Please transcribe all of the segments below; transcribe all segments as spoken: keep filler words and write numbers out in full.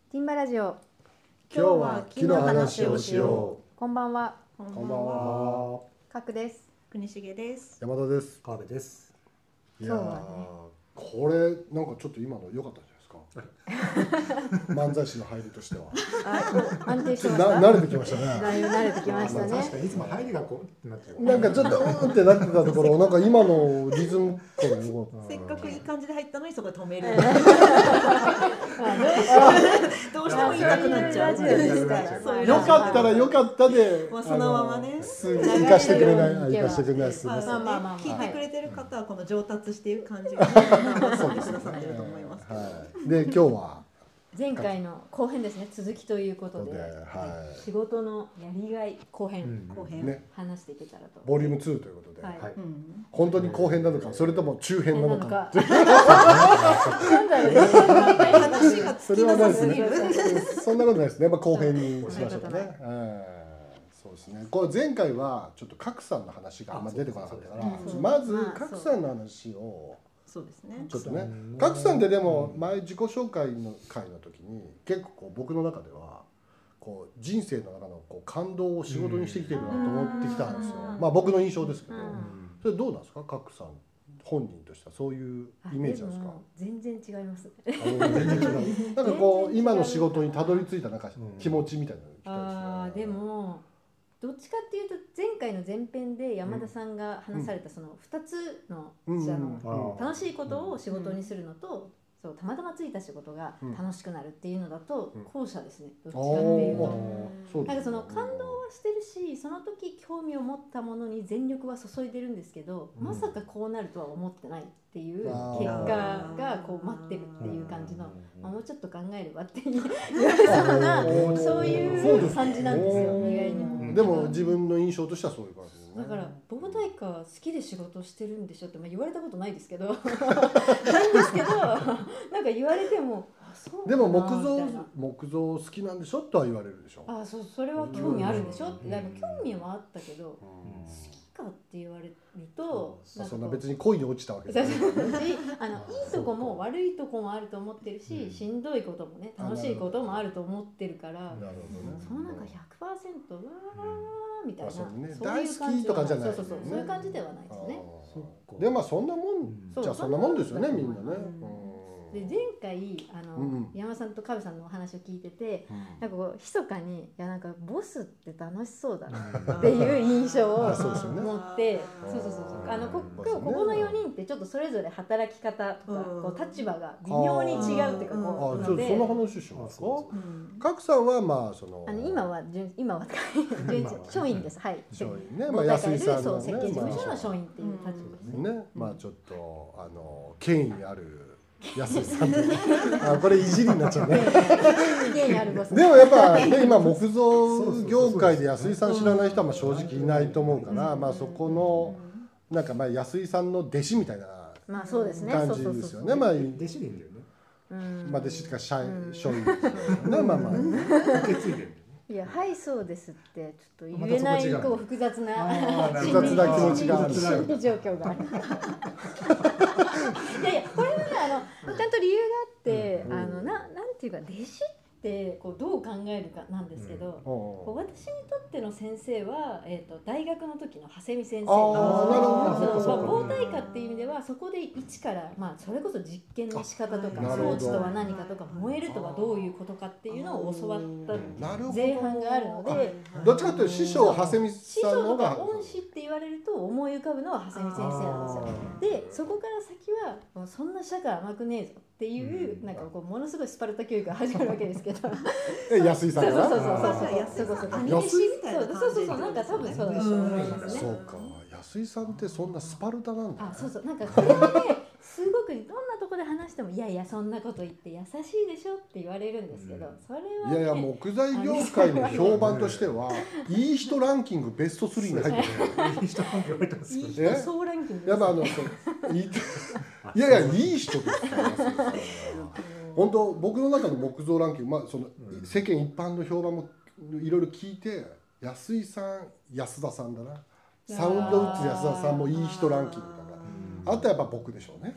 ティンバラジオ。 今日は木の話をしよう。こんばんは。 こんばんは。 かくです。 国重です。 山田です。 川辺です。 いやー、これなんかちょっと今の良かったじゃないですか。漫才師の入りとしては。 あ、安定してました。 慣れてきましたね。 だいぶ慣れてきましたね。 確かにいつも入りがこうってなっちゃう。 なんかちょっとうんってなってたところ、なんか今のリズム感が良かった。 せっかくいい感じで入ったのにそこで止める。どうしても言いたくなっちゃう。 良かったら良かったで、 もうそのままね。 すぐ生かしてくれない、生かしてくれないです。 まあまあまあまあ、聞いてくれてる方はこの上達している感じがそうですね。くださってると思いますけど。 で今日は前回の後編ですね、続きということで、仕事のやりがい後編後編話していけたらと。 ボリュームツーということで、 本当に後編なのか、それとも中編なのか。なんだろうね。 話が尽きなさすぎる。 そんなことないですね。まあ後編にしましょうかね。そうですね。これ前回はちょっと角さんの話があんま出てこなかったから、まず角さんの話を。 そうですね。 ちょっとね、角さんででも前自己紹介の会の時に結構こう僕の中ではこう人生の中のこう感動を仕事にしてきてるなと思ってきたんですよ。まあ僕の印象ですけど、それどうなんですか、角さん本人としてはそういうイメージなんですか？ 全然違います。 全然違う。なんかこう今の仕事にたどり着いたなんか気持ちみたいなの聞きたいですね。 ああ、でも。どっちかっていうと前回の前編で山田さんが話されたそのふたつの楽しいことを仕事にするのと、そうたまたまついた仕事が楽しくなるっていうのだと後者ですね。どっちかっていうとなんかその感動はしてるし、その時興味を持ったものに全力は注いでるんですけど、まさかこうなるとは思ってないっていう結果がこう待ってるっていう感じの、もうちょっと考えればって言われそうなそういう感じなんですよ、意外にも。 でも自分の印象としてはそういう感じですね。 だからボーダイカー好きで仕事してるんでしょって、まあ、言われたことないですけどないんですけど、なんか言われてもそうでも木造木造好きなんでしょとは言われるでしょ。 あ、そう、それは興味あるでしょって、だから興味はあったけど、好きかって言われると、 そんな別に恋に落ちたわけじゃない。 あのいいとこも悪いとこもあると思ってるし、しんどいこともね楽しいこともあると思ってるから、そのなんか ひゃくパーセント わーみたいな、 大好きとかじゃない。 そうそうそう、そういう感じではないですね。 でまあそんなもんじゃそんなもんですよね、みんなね。 で前回あの、うん、山田さんとカブさんのお話を聞いてて、うん、なんかこう密かにいやなんかボスって楽しそうだなっていう印象を持って、そうそうそうそう、あのここここのよにんってちょっとそれぞれ働き方とかこう立場が微妙に違うっていうか、こうので、そんな話しますか。角さんはまあそのあの今は今は署員です。はい。 署員ね、まあ安井さんのね、 設計事務所の署員っていう立場ですね。まあちょっとあの権威ある安井さんあ、これいじりになっちゃうね。でもやっぱ、ね、今木造業界で安井さん知らない人は正直いないと思うから、まあそこのなんかまあ安井さんの弟子みたいな感じですよね。まあ弟子でいいんだよね。 まあ弟子か社員署員ですね。まあまあ受け継いでる。 いや、はい、そうですってちょっと言えないこう複雑な複雑な気持ちがある状況がある。いやいや、これはね、あのちゃんと理由があって、あのななんていうか弟子ってこうどう考えるかなんですけど、こう私にとっての先生は、えー、と大学の時の長谷美先生防体科っていう意味ではそこで一から、まあ、それこそ実験の仕方とか装置とは何かとか燃えるとはどういうことかっていうのを教わった前半があるので、 どっちかというと師匠長谷美さんの方が師匠とか恩師って言われると思い浮かぶのは長谷美先生なんですよ。でそこから先はそんな社会甘くねえぞっていう、なんかこうものすごいスパルタ教育が始まるわけですけど安井さんがそうそうそうそう安井さん兄弟子みたいな感じで、そうそうそう、なんか多分そうだと思いますね。 そうか、安井さんってそんなスパルタなんだ。 あ、そうそう、なんかこれはねすごくどんなとこで話してもいやいやそんなこと言って優しいでしょって言われるんですけど、それは、ね、 いやいや木材業界の評判としてはいい人ランキングベストスリーに入ってる。いい人ランキング入ってますよね。いい人総ランキング。やっぱあのいやいやいい人ですよ。本当僕の中の木造ランキング、まあその世間一般の評判もいろいろ聞いて、安井さん、安田さんだな、サウンドウッズ安田さんもいい人ランキングだから、あとはやっぱ僕でしょうね。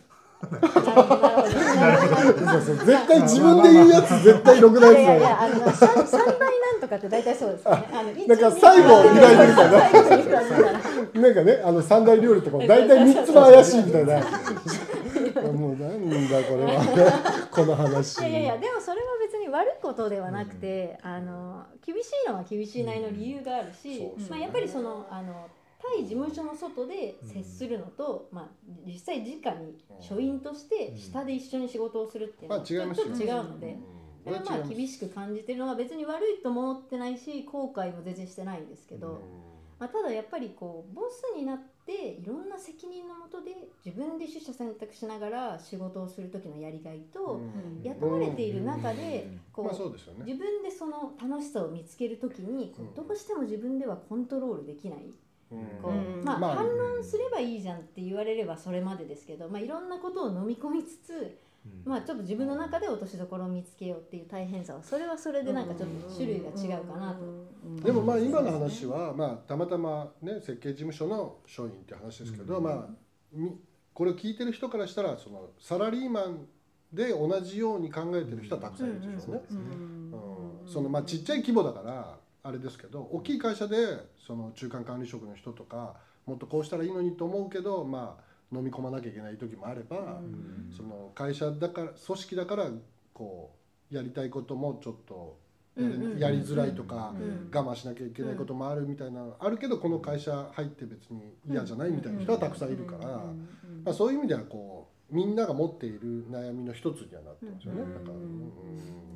そうそう絶対自分で言うやつ絶対ろくなやつだよ。 いやいやあの三倍なんとかって大体そうですよね。あのなんか最後に開いてるからなんかねあの三大料理とかも大体三つも怪しいみたいな。もうなんだこれはこの話。 いやいやいやでもそれは別に悪いことではなくて、うん、あの厳しいのは厳しいなりの理由があるし、うんまあ、やっぱりそのあの対事務所の外で接するのと、うんまあ、実際直に所員として下で一緒に仕事をするっていうのはちょっと違うので、それはまあ厳しく感じてるのは別に悪いとも思ってないし後悔も全然してないんですけど、うんまあ、ただやっぱりこうボスになっていろんな責任のもとで自分で取捨選択しながら仕事をする時のやりがいと、うん、雇われている中でこう、まあそうですよね、自分でその楽しさを見つける時にこうどうしても自分ではコントロールできない。こうまあ、反論すればいいじゃんって言われればそれまでですけど、まあ、いろんなことを飲み込みつつ、まあ、ちょっと自分の中で落としどころを見つけようっていう大変さはそれはそれでなんかちょっと種類が違うかなと。 でもまあ今の話はまあたまたまね設計事務所の所員って話ですけど、まあこれを聞いてる人からしたらそのサラリーマンで同じように考えてる人はたくさんいるんですよね。そのまあちっちゃい規模だからあれですけど、大きい会社でその中間管理職の人とかもっとこうしたらいいのにと思うけど、まあ飲み込まなきゃいけない時もあれば、その会社だから組織だからこうやりたいこともちょっとやり、やりづらいとか我慢しなきゃいけないこともあるみたいなあるけど、この会社入って別に嫌じゃないみたいな人はたくさんいるから、まあそういう意味ではこうみんなが持っている悩みの一つにはなってますよね。だから、うん、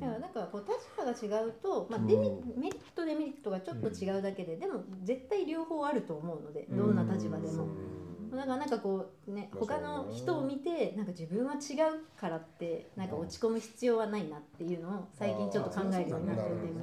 だからなんかこう立場が違うと、まあ、デメリットデメリットがちょっと違うだけで、でも絶対両方あると思うので、どんな立場でも。だからなんかこうね、他の人を見てなんか自分は違うからってなんか落ち込む必要はないなっていうのを最近ちょっと考えるようになってるっていうか。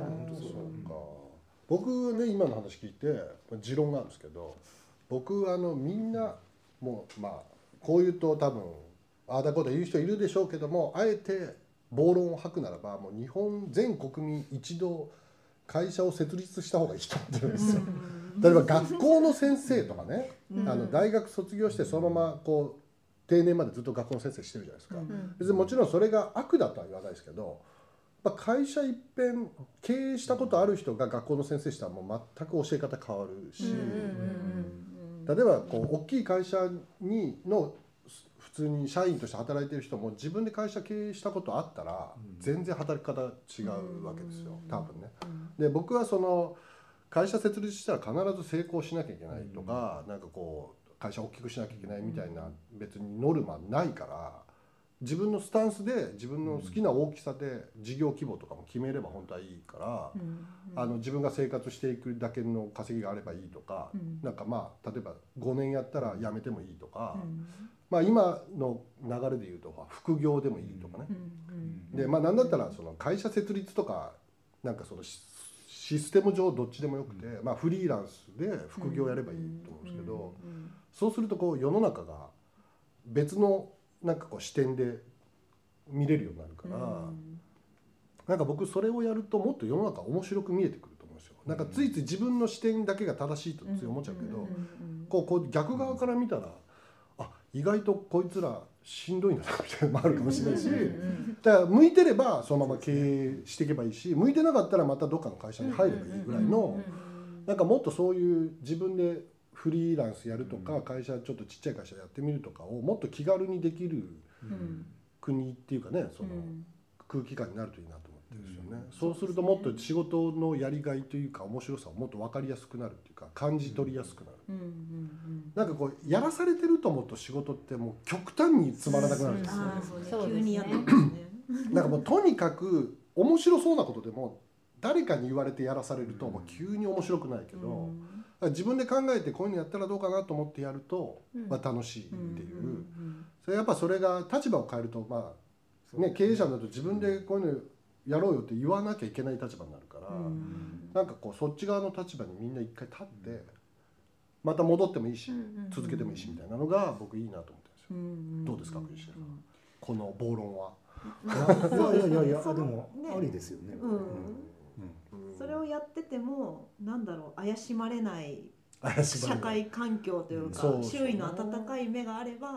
僕ね今の話聞いて持論があるんですけど、僕あのみんなもうまあこう言うと多分ああだこうだ言う人いるでしょうけども、あえて暴論を吐くならばもう日本全国民一度会社を設立した方がいいと思ってるんですよ。例えば学校の先生とかね、あの大学卒業してそのままこう定年までずっと学校の先生してるじゃないですか。別にもちろんそれが悪だとは言わないですけど、会社一遍経営したことある人が学校の先生したらもう全く教え方変わるし、例えばこう大きい会社にの普通に社員として働いてる人も自分で会社経営したことあったら全然働き方違うわけですよ、多分ね。で僕はその会社設立したら必ず成功しなきゃいけないとか、なんかこう会社を大きくしなきゃいけないみたいな別にノルマないから、自分のスタンスで自分の好きな大きさで事業規模とかも決めれば本当はいいから、あの自分が生活していくだけの稼ぎがあればいいとか、なんかまあ例えばごねんやったら辞めてもいいとか、まあ今の流れで言うと副業でもいいとかね。でまあ何だったらその会社設立とかなんかそのシステム上どっちでもよくて、まあフリーランスで副業やればいいと思うんですけど、そうするとこう世の中が別のなんかこう視点で見れるようになるから、なんか僕それをやるともっと世の中面白く見えてくると思うんですよ。なんかついつい自分の視点だけが正しいとつい思っちゃうけど、こうこう逆側から見たら、あ意外とこいつらしんどいんだなみたいなのもあるかもしれないし、だから向いてればそのまま経営していけばいいし、向いてなかったらまたどっかの会社に入ればいいぐらいの、なんかもっとそういう自分でフリーランスやるとか会社ちょっとちっちゃい会社やってみるとかをもっと気軽にできる国っていうかね、その空気感になるといいなと思ってるんですよね。そうするともっと仕事のやりがいというか面白さをもっと分かりやすくなるっていうか感じ取りやすくなる。なんかこうやらされてると思うと仕事ってもう極端につまらなくなるんですよね。 急にやってますね。 なんかもうとにかく面白そうなことでも誰かに言われてやらされるともう急に面白くないけど、自分で考えてこういうのやったらどうかなと思ってやると、まあ、楽しいっていう、それやっぱそれが立場を変えると、まあね、経営者だと自分でこういうのやろうよって言わなきゃいけない立場になるから、なんかこうそっち側の立場にみんな一回立ってまた戻ってもいいし続けてもいいしみたいなのが僕いいなと思ってるんですよ。どうですか栗島さん、この暴論は。 いやいやいやでもありですよね。 それをやっててもなんだろう怪しまれない社会環境というか周囲の温かい目があれば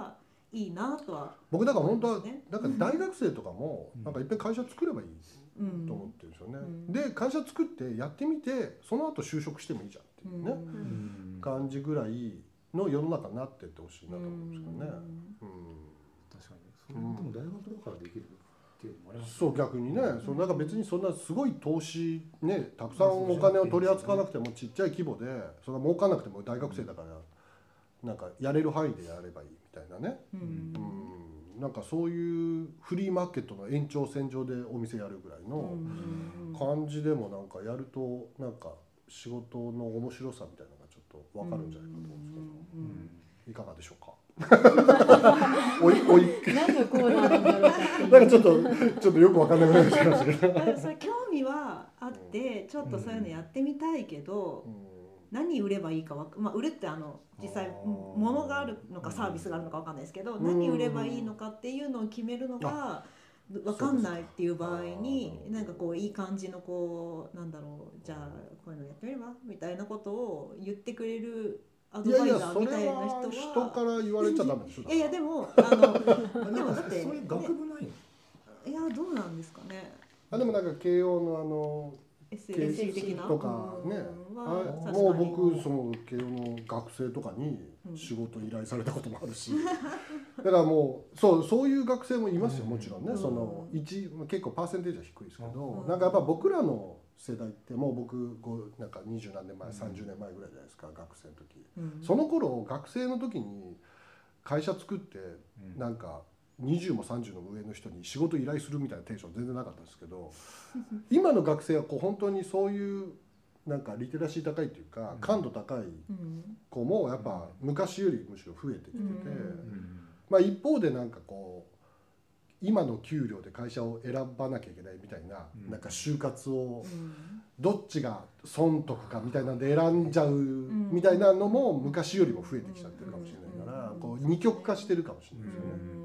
いいなとは、 僕だから本当はなんか大学生とかもなんかいっぺん会社作ればいいと思ってるんですよね、うん、で会社作ってやってみてその後就職してもいいじゃんっていうね、うん、感じぐらいの世の中になってってほしいなと思うんですけどね、うんうん、 確かにそれでも大学だからできるっていうのもあります、ね、 そう逆にね、うん、そうなんか別にそんなすごい投資ねたくさんお金を取り扱わなくてもちっちゃい規模でそれが儲かんなくても大学生だからなんかやれる範囲でやればいいみたいなね、うんうん、なんかそういうフリーマーケットの延長線上でお店やるぐらいの感じでもなんかやるとなんか仕事の面白さみたいなのがちょっと分かるんじゃないかと思うんですけど、うん、いかがでしょうかおいおい何のコーナーなんだろうかなんかちょっとちょっとよく分かんなくなっちゃいましたけどそれ興味はあってちょっとそういうのやってみたいけど、うん、何売ればいいかわ、まあ、売るってあの実際物があるのかサービスがあるのか分かんないですけど、うん、何売ればいいのかっていうのを決めるのが分かんないっていう場合になんかこういい感じのこうなんだろうじゃあこういうのやってみればみたいなことを言ってくれるアドバイザーみたいな人は、いやいやそれは人から言われちゃダメでしょいやいやでもあのでもだってそういう学部ないの、 いやどうなんですかね。 あでもなんか慶応のあのエスエス的なとかね、あもう僕その慶応の学生とかに仕事依頼されたこともあるし、うん、だからもうそうそういう学生もいますよもちろんね、うん、その一結構パーセンテージは低いですけど、うん、なんかやっぱ僕らの世代ってもう僕なんか二十何年前さんじゅうねんまえぐらいじゃないですか学生の時、うん、その頃学生の時に会社作ってなんかにじゅうもさんじゅうの上の人に仕事依頼するみたいなテンション全然なかったんですけど今の学生はこう本当にそういうなんかリテラシー高いっていうか感度高い子もやっぱ昔よりむしろ増えてきてて、まあ一方でなんかこう今の給料で会社を選ばなきゃいけないみたいななんか就活をどっちが損得かみたいなんで選んじゃうみたいなのも昔よりも増えてきちゃってるかもしれないからこう二極化してるかもしれないですよね。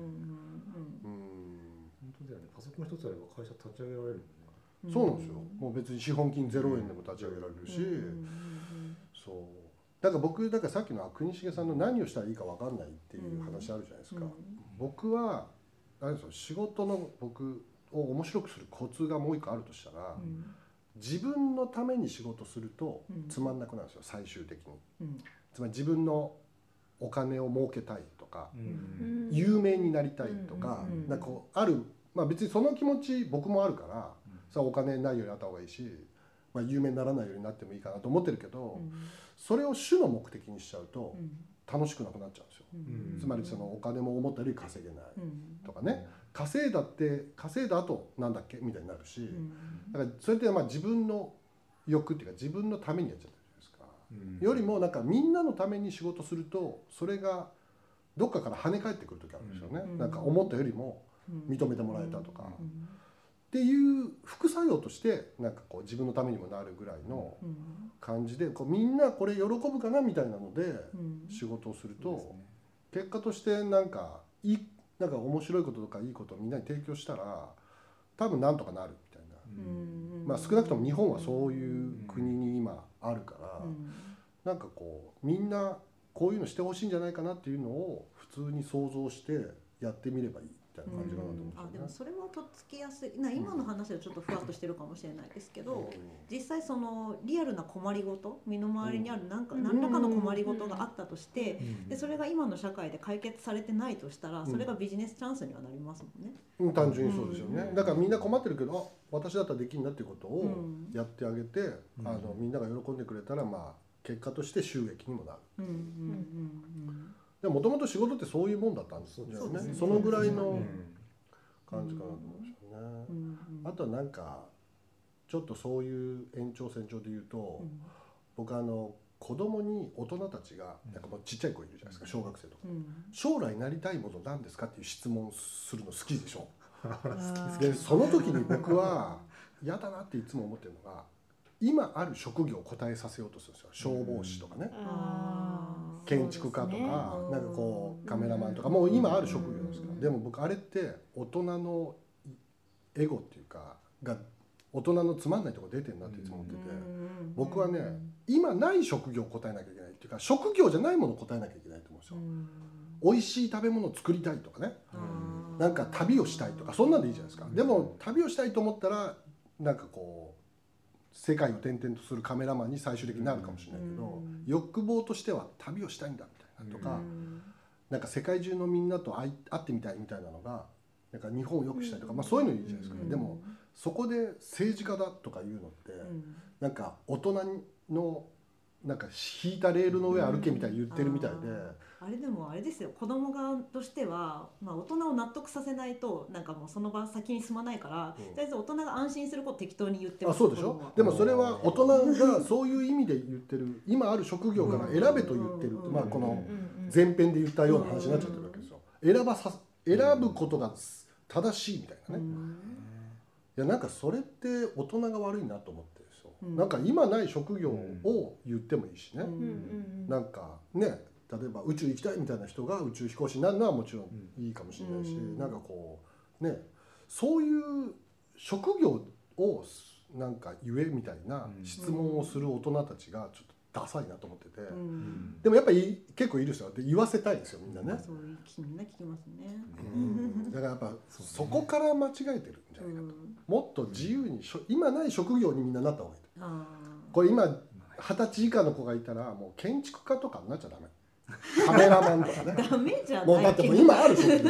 パソコン一つあれば会社立ち上げられるもんね。 そうなんですよ。もう別に資本金ゼロえんでも立ち上げられるし、そうだから僕だからさっきの国重さんの何をしたらいいか分かんないっていう話あるじゃないですか。僕はあれですよ、仕事の僕を面白くするコツがもう一個あるとしたら、自分のために仕事するとつまんなくなるんですよ最終的に。つまり自分のお金を儲けたいとか、有名になりたいとか、なんかこうある。まあ別にその気持ち僕もあるから、さお金ないよりあった方がいいし、まあ、有名にならないようになってもいいかなと思ってるけど、うん、それを主の目的にしちゃうと楽しくなくなっちゃうんですよ、うん、つまりそのお金も思ったより稼げないとかね、稼いだって稼いだ後なんだっけみたいになるし、うん、だからそれってまあ自分の欲っていうか自分のためにやっちゃってるじゃないですか、うん、よりもなんかみんなのために仕事するとそれがどっかから跳ね返ってくる時あるんですよね、うん、なんか思ったよりも認めてもらえたとか、うん、っていう副作用としてなんかこう自分のためにもなるぐらいの感じでこうみんなこれ喜ぶかなみたいなので仕事をすると結果としてなんかいいなんか面白いこととかいいことをみんなに提供したら多分なんとかなるみたいな、まあ少なくとも日本はそういう国に今あるからなんかこうみんなこういうのしてほしいんじゃないかなっていうのを普通に想像してやってみればいいみたいな感じかなと思うんですよね。 あでもそれはとっつきやすいな。今の話はちょっとふわっとしてるかもしれないですけど、うん、実際そのリアルな困りごと身の回りにある何か、うん、何らかの困りごとがあったとして、うん、でそれが今の社会で解決されてないとしたらそれがビジネスチャンスにはなりますもんね、 うん、単純にそうですよね、うん、だからみんな困ってるけどあ私だったらできるなっていうことをやってあげて、うん、あのみんなが喜んでくれたらまあ結果として収益にもなる。うんうんうんうんでもともと仕事ってそういうもんだったんですよね。 そ, ねそのぐらいの感じかなと思うんですよね、うんうん、あとはなんかちょっとそういう延長線上で言うと、うん、僕あの子供に大人たちがなんかもうちっちゃい子いるじゃないですか小学生とか、うん、将来なりたいものなんですかっていう質問するの好きでしょでその時に僕は嫌だなっていつも思ってるのが今ある職業を答えさせようとするんですよ。消防士とかね、うん、建築家とか、ね、なんかこうカメラマンとか、うん、もう今ある職業ですから、うん、でも僕あれって大人のエゴっていうかが大人のつまんないところ出てるなっていつも思ってて、うん、僕はね今ない職業を答えなきゃいけないっていうか職業じゃないものを答えなきゃいけないと思うんですよ、うん美味しい食べ物を作りたいとかね、なんか旅をしたいとかそんなんでいいじゃないですか。でも旅をしたいと思ったらなんかこう世界を転々とするカメラマンに最終的になるかもしれないけど、欲望としては旅をしたいんだみたいなとか、なんか世界中のみんなと会い会ってみたいみたいなのがなんか日本を良くしたいとか、まあ、そういうのいいじゃないですか、ね。でもそこで政治家だとかいうのってなんか大人のなんか引いたレールの上歩けみたいに言ってるみたいで、 あれでもあれですよ、子供側としては、まあ、大人を納得させないとなんかもうその場先に進まないから、とりあえず大人が安心すること適当に言ってます。 あ、そうでしょ。でもそれは大人がそういう意味で言ってる今ある職業から選べと言ってる、まあこの前編で言ったような話になっちゃってるわけですよ。選ばさ選ぶことが正しいみたいなね。いやなんかそれって大人が悪いなと思ってるんですよ。なんか今ない職業を言ってもいいしね。なんかね。例えば宇宙行きたいみたいな人が宇宙飛行士になるのはもちろんいいかもしれないし、なんかこうね、そういう職業をなんか言えみたいな質問をする大人たちがちょっとダサいなと思ってて、でもやっぱり結構いるですよ。で言わせたいですよみんなね。 そういうみんな聞きますね。 だからやっぱそこから間違えてるんじゃないかと。もっと自由に今ない職業にみんななった方がいいと。これ今二十歳以下の子がいたらもう建築家とかになっちゃダメ。カメラマンとかね。 ダメじゃない。 もうだってもう今ある職業。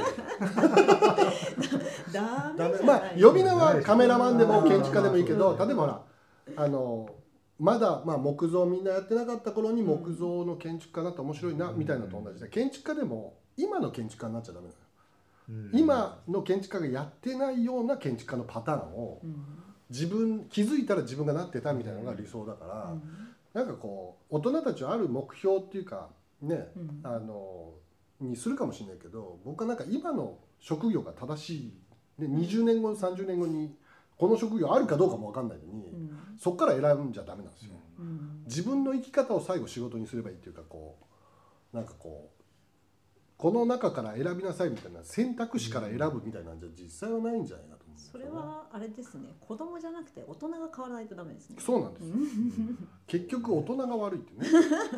ダメ。 まあ呼び名はカメラマンでも建築家でもいいけど、例えばほらあのまだまあ木造みんなやってなかった頃に木造の建築家だって面白いなみたいなのと同じで、建築家でも今の建築家になっちゃダメなのよ。今の建築家がやってないような建築家のパターンを自分気づいたら自分がなってたみたいなのが理想だから、なんかこう大人たちはある目標っていうか。ね、うん、あのにするかもしれないけど、僕はなんか今の職業が正しいでにじゅうねんごさんじゅうねんごにこの職業あるかどうかも分かんないのに、うん、そこから選んじゃダメなんですよ、うん、自分の生き方を最後仕事にすればいいっていうか、こうなんかこうこの中から選びなさいみたいな選択肢から選ぶみたいなんじゃ実際はないんじゃないかと思うんですよね。 それはあれですね、子供じゃなくて大人が変わらないとダメですね。 そうなんですよ結局大人が悪いってね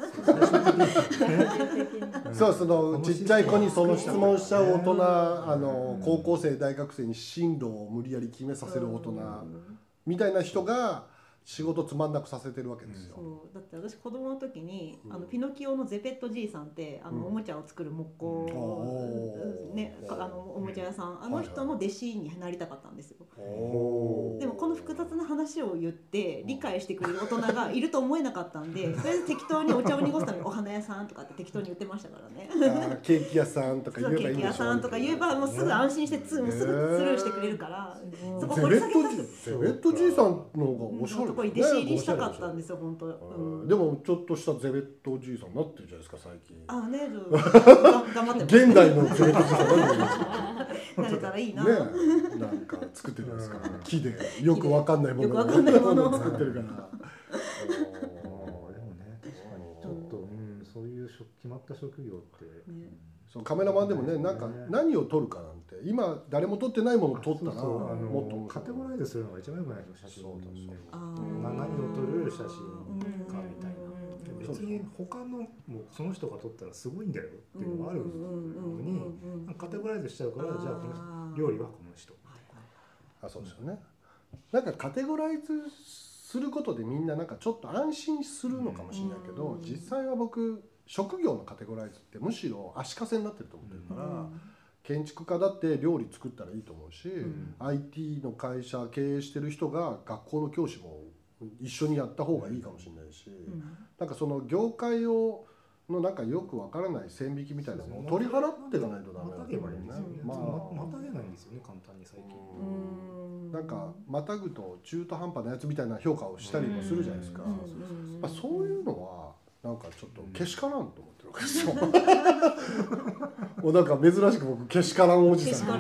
そう、そのちっちゃい子にその質問しちゃう大人、あの高校生大学生に進路を無理やり決めさせる大人みたいな人が仕事つまんなくさせてるわけですよ。 そうだって私子供の時に、うん、あのピノキオのゼペットじいさんってあの、うん、おもちゃを作る木工、うんね、あのおもちゃ屋さん、あの人の弟子になりたかったんですよ。でもこの複雑な話を言って理解してくれる大人がいると思えなかったんで、それで適当にお茶を濁すためにお花屋さんとかって適当に言ってましたからね。 あケーキ屋さんとか言えばいいんでしょ。 ケーキ屋さんとか言えばもうすぐ安心してつ、もうすぐスルーしてくれるから、 そこ掘り下げたんです。ゼベットじいさんの方がおしゃれ。 これ弟子入りしたかったんですよ本当、うん、 でもちょっとしたゼベットおじいさんになってるじゃないですか最近。 ああね、頑張ってます。 現代のゼベットじいさんになるなれたらいいな。 ね、なんか作ってるんですから、木でよくわかんないものを作ってるから。でもね、 確かにちょっと、うん、そういう決まった職業って。ね、 そうカメラマンでもね、なんか何を撮るかなんて今誰も撮ってないものを撮ったらもっとカテゴライズするのが一番良くないですか、写真を。何を撮る写真かみたいな。別に他のもうその人が撮ったらすごいんだよっていうのがあるのにカテゴライズしちゃうから、じゃあこの料理はこの人。 あ、そうですよね。なんかカテゴライズすることでみんななんかちょっと安心するのかもしれないけど、実際は僕職業のカテゴライズってむしろ足かせになってると思ってるから、うん、建築家だって料理作ったらいいと思うし、うん、アイティー の会社経営してる人が学校の教師も一緒にやった方がいいかもしれないし、うん、なんかその業界をのなんかよくわからない線引きみたいなのを取り払っていかないとダメだと思うよね。 まあまたげないんですよね、簡単に最近。 うん、なんかまたぐと中途半端なやつみたいな評価をしたりもするじゃないですか。まあそういうのはなんかちょっとけしからんと思ってるわけですよ。もうなんか珍しく僕けしからんおじさん。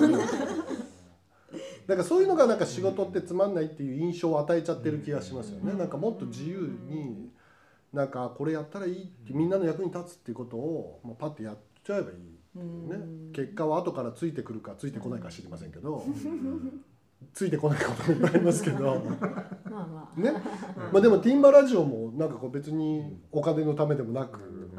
なんかそういうのがなんか仕事ってつまんないっていう印象を与えちゃってる気がしますよね。なんかもっと自由になんかこれやったらいいってみんなの役に立つっていうことをもうパッとやっちゃえばいいね。結果は後からついてくるかついてこないか知りませんけど。ついてこないこともありますけどまあまあね、まあでもティンバラジオもなんかこう別にお金のためでもなく、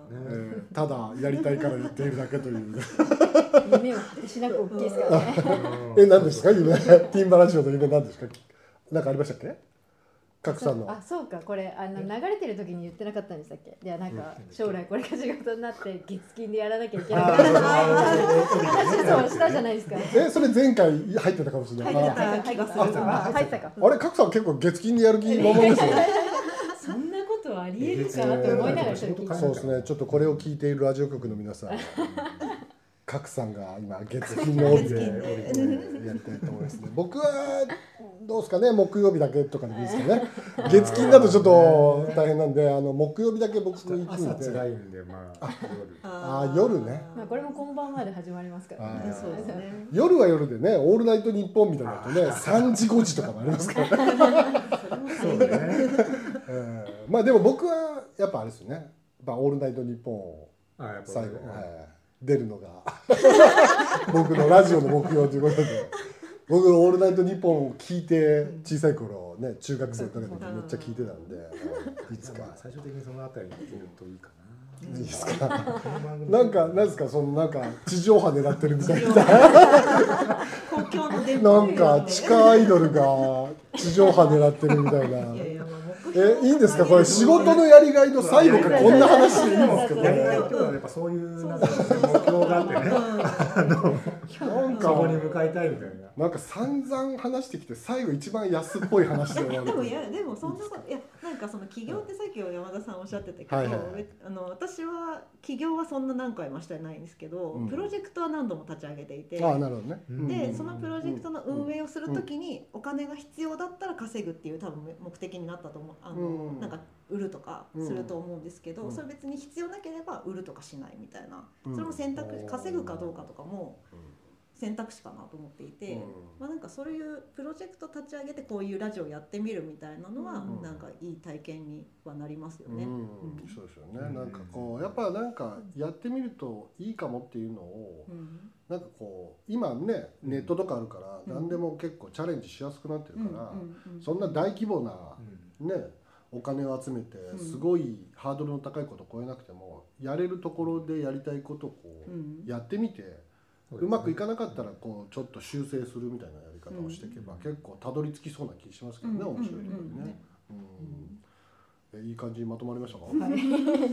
えー、ただやりたいからやっているだけという夢をしなく大きいですからねえ、何ですか夢ティンバラジオの夢何ですか何かありましたっけ賀来さんの。 あ、そうか、これあの流れてる時に言ってなかったんでしたっけ。いや、なんか将来これが仕事になって月金でやらなきゃいけない話をしたじゃないですか。 え、それ前回入ってたかもしれない。 入ってた気がする。入ってたか。 あれ、賀来さん結構月金でやる気満々ですよ。 そんなことはありえるかなと思いながらそうですね。ちょっとこれを聞いているラジオ局の皆さん、賀来さんが今月金の帯でやりたいと思いますね。僕はどうですかね、木曜日だけとかでいいですかね。月金だとちょっと大変なんで、あの木曜日だけ僕行くんで。 朝辛いんで、まあ夜。あ、夜ね。 まあこれも今晩まで始まりますからね。そうですね。 夜は夜でね、オールナイトニッポンみたいなとね、さんじごじとかもありますからね。 そうね。 まあでも僕はやっぱあれですよね。まあオールナイトニッポンを最後出るのが僕のラジオの目標ということで、僕のオールナイトニッポンを聞いて小さい頃ね、中学生とかでめっちゃ聞いてたんで、いつか最終的にそのあたりに行けるといいかな。 いいですか。なんかなんですか、そのなんか地上波狙ってるみたいな。 公共の電波。なんか地下アイドルが地上波狙ってるみたいな。え、いいんですか、これ仕事のやりがいの最後からこんな話でいいんですか。 やりたいってことはやっぱそういうなんか目標があってね、あのなんかそこに向かいたいみたいな。 なんか散々話してきて最後一番安っぽい話で終わる。 でもいやでもそんなこといやなんかその起業ってさっき山田さんおっしゃってたけど、はいはいはい、あの私は起業はそんな何回もしてないんですけど、うん、プロジェクトは何度も立ち上げていて、 あ、なるほどね。 でそのプロジェクトの運営をするときにお金が必要だったら稼ぐっていう多分目的になったと思う。あの、うん、なんか売るとかすると思うんですけど、うん、それ別に必要なければ売るとかしないみたいな、うん、それも選択稼ぐかどうかとかも選択肢かなと思っていて、うん、まあなんかそういうプロジェクト立ち上げてこういうラジオやってみるみたいなのはなんかいい体験にはなりますよね。うんうん、 そうですよね。なんかこうやっぱなんかやってみるといいかもっていうのを、うん、なんかこう今ねネットとかあるから何でも結構チャレンジしやすくなってるから、そんな大規模なねお金を集めてすごいハードルの高いことを超えなくてもやれるところでやりたいことをこうやってみて。うまくいかなかったらこうちょっと修正するみたいなやり方をしていけば結構たどり着きそうな気しますけどね、面白いところにね。え、いい感じにまとまりましたか。はい、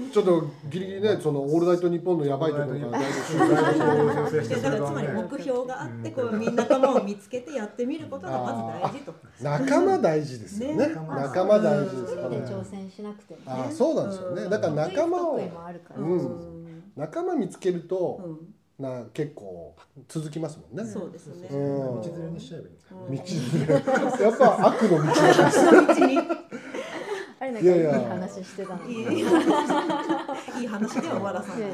ちょっとギリギリね、そのオールナイトニッポンのやばいところからだいぶ修正して、 だからつまり目標があってこうみんな仲間を見つけてやってみることがまず大事と。 仲間大事ですよね。仲間大事ですからね。 挑戦しなくても。 あ、そうなんですよね。だから仲間を仲間見つけると。な結構続きますもんね。 そうですね。 道連れにしちゃえばいいんですか。道連れ。やっぱ悪の道に。 あれなんかいい話してたの。いい話で終わらさない。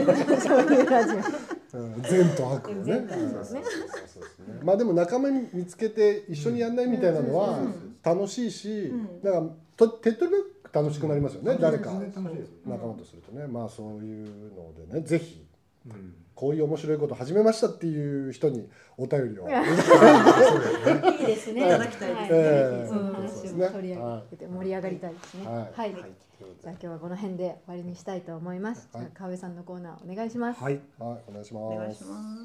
そういうラジオ。善と悪のね。まあでも仲間見つけて一緒にやんないみたいなのは楽しいし、だから手っ取り早く楽しくなりますよね。誰か仲間とするとね。まあそういうのでね、ぜひ。こういう面白いこと始めましたっていう人にお便りをいいですね。いただきたいですね。その話を取り上げて盛り上がりたいですね。はい。じゃあ今日はこの辺で終わりにしたいと思います。じゃあ川辺さんのコーナーお願いします。 はい。はい、お願いします。 お願いします。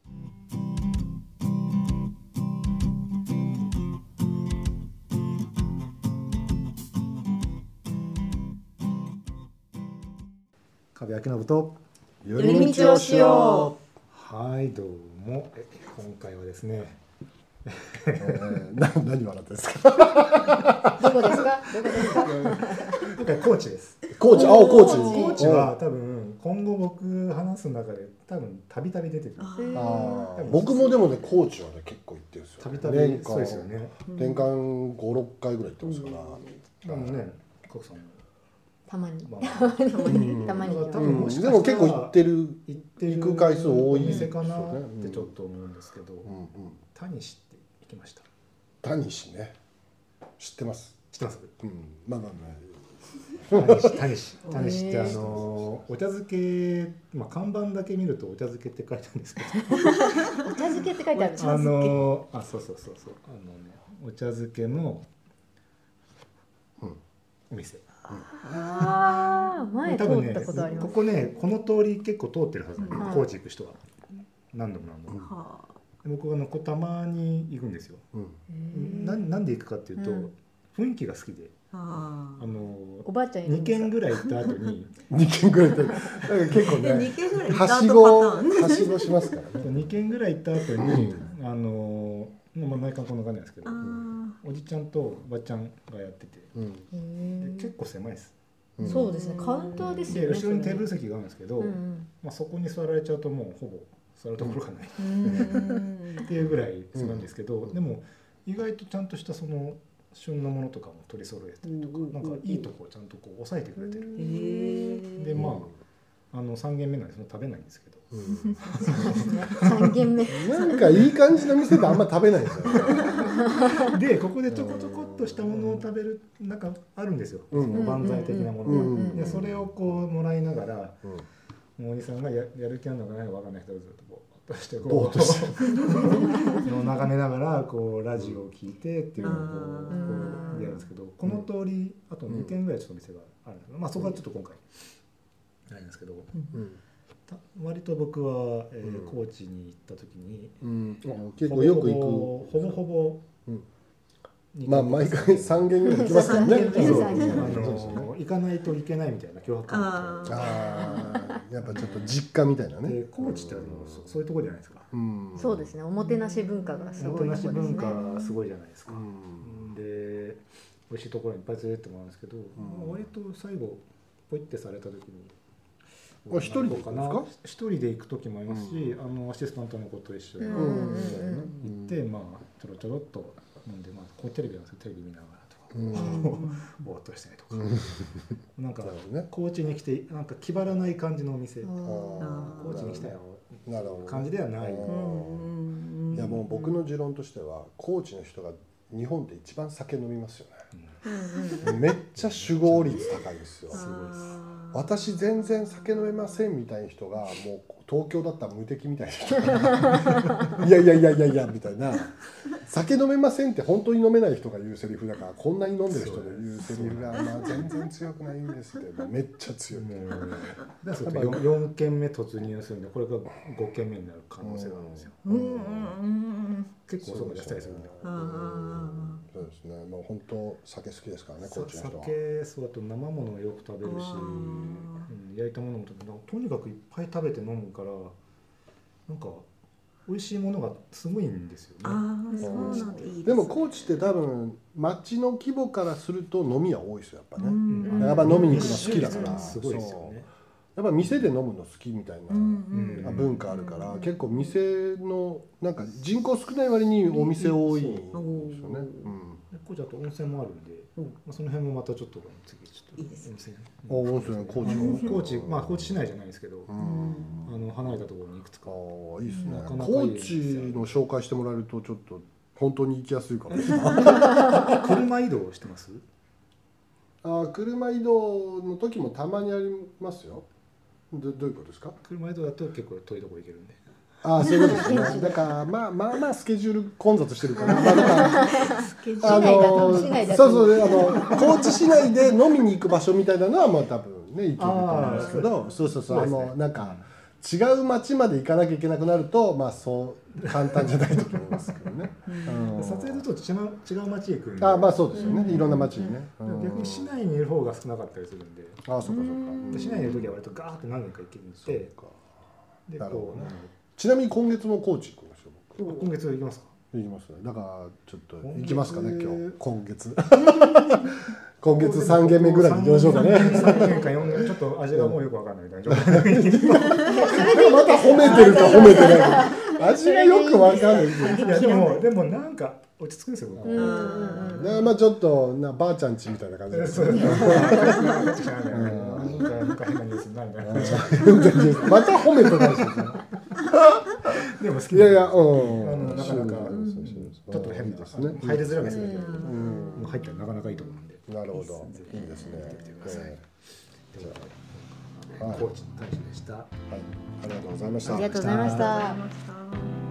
川辺明信と寄り道をしよう。はい、どうも。今回はですね。 えー、な何笑ってんですか。 どこですか。どこですか。 今回高知です。 高知、あ、高知。 高知は多分今後僕話す中で多分たびたび出てくる。 ああ、僕もでもね高知はね結構行ってるんですよ。 たびたびそうですよね。 年間五六回ぐらい行ってますから。 でもね、加藤さんも。 たまに、たまに、たまに、 多分でも結構行ってる、行く回数多い店かなってちょっと思うんですけど、タニシって行きました。 タニシね、知ってます。 知ってます。 うん、まあまあまあ。タニシ、タニシってあのお茶漬け、まあ看板だけ見るとお茶漬けって書いてあるんですけど、 お茶漬けって書いてある。 あの、あ、そうそうそうそう、あのね、お茶漬けのお店。 ああ、前通ったことあります。 ここね、この通り結構通ってるはずなんで、高知行く人は何度も何度も。僕はあのこたまに行くんですよ。ななんで行くかっていうと、雰囲気が好きで。あのおばあちゃんにけんぐらい行った後ににけんぐらい行った結構ねはしごはしごしますからね。 にけんぐらい行った後にあのまあ毎回こんな感じなんですけど、おじちゃんとおばちゃんがやってて、結構狭いです。 そうですね、カウンターですよね。 後ろにテーブル席があるんですけど、まあそこに座られちゃうともうほぼ座るところがないっていうぐらいするんですけど、でも意外とちゃんとしたその旬のものとかも取り揃えたりとか、なんかいいとこをちゃんとこう抑えてくれてる。でまああのさん軒目なんでその食べないんですけど、 さん軒目なんかいい感じの店であんま食べないですよね。 でここでちょこちょこっとしたものを食べるなんかあるんですよ、その万歳的なものが。でそれをこうもらいながら、おじさんが や, やる気あるのかないか分かんない人がずっとこうとしてこう眺めながらこうラジオを聞いてっていうのをこうやるんですけど、この通りあとにけんぐらいちょっと店があるんですけど、まあそこはちょっと今回あれなんですけど、割と僕はえ高知に行った時に結構よく行く、 ほぼほぼまあ毎回さん軒ぐらい行きますからね。 行かないといけないみたいな脅迫感。ああ、やっぱちょっと実家みたいなね。 高知ってそういうところじゃないですか。 そうですね、おもてなし文化がすごい。 おもてなし文化がすごいじゃないですか。で、美味しいところいっぱい連れてってもらうんですけど、割と最後ポイってされた時に。 一人で行くんですか？ 一人で行く時もありますし、あのアシスタントの子と一緒に行ってまあちょろちょろっと飲んで、まあこうテレビなんですけどテレビ見ながらとかぼーっとしたりとか、なんか高知に来てなんか気張らない感じのお店、高知に来たよ感じではない。いやもう僕の持論としては高知の人が日本で一番酒飲みますよね。めっちゃ酒豪率高いですよ。私全然酒飲めませんみたいな人がもう東京だったら無敵みたいな人がいやいやいやいやいやみたいな、酒飲めませんって本当に飲めない人が言うセリフだから、こんなに飲んでる人が言うセリフがまあ全然強くないんですけどめっちゃ強い。 よんけんめ突入するんでこれがごけんめになる可能性があるんですよ。結構遅くしたりするんで。 そうですね。もう本当酒好きですからね、高知の人は。 酒、そう、あと生ものをよく食べるし、うん、焼いたものもとにかくいっぱい食べて飲むから、なんか美味しいものがすごいんですよね。 ああ、そうなんでいいですね。 でも高知って多分町の規模からすると飲みは多いですよ、やっぱね。やっぱ飲みに行くの好きだから。 すごいですよね。 やっぱ店で飲むの好きみたいな文化あるから、結構店のなんか人口少ない割にお店多いんですよね。 高知だと温泉もあるんで、その辺もまたちょっと次ちょっと温泉。 温泉高知高知まあ高知市内じゃないですけど、あの離れたところにいくつか。 いいですね。高知の紹介してもらえるとちょっと本当に行きやすいかもしれない。 車移動してます？ あ、車移動の時もたまにありますよ。ど, どういうことですか？ 車移動だと結構遠いところ行けるんで。 ああ、そういうことですね。だからまあまあまあスケジュール混雑してるから、まあ、だからあのそうそうあの高知市内で飲みに行く場所みたいなのはまあ多分ね行けると思うんですけど、そうそうそう、あのなんか違う町まで行かなきゃいけなくなるとまあそう簡単じゃないと思いますけどね。 撮影だと違う違う町へ行くんで。 あ、まあそうですよね。いろんな町にね。 逆に市内にいる方が少なかったりするんで。 ああ、そうかそうか。 市内にいる時は割とガーって何年か行けるんで。 でこうちなみに今月も高知行くんですよ。 今月行きますか？ 行きますね。だからちょっと行きますかね今日今月。今月三軒目ぐらいに行きましょうかね。 三軒か四軒ちょっと味がもうよくわかんないみたいな。 また褒めてるか褒めてないか。味がよくわかんない。いやでもでもなんか落ち着くんですよ。 まあちょっとなばあちゃん家みたいな感じです。また褒めてないし。 でも好き。 いやいや、うん。 なかなかちょっと変ですね。入りづらいですけど、もう入ったらなかなかいいと思うんで。 なるほど。いいですね。 では高知大使でした。はい。 ありがとうございました。 ありがとうございました。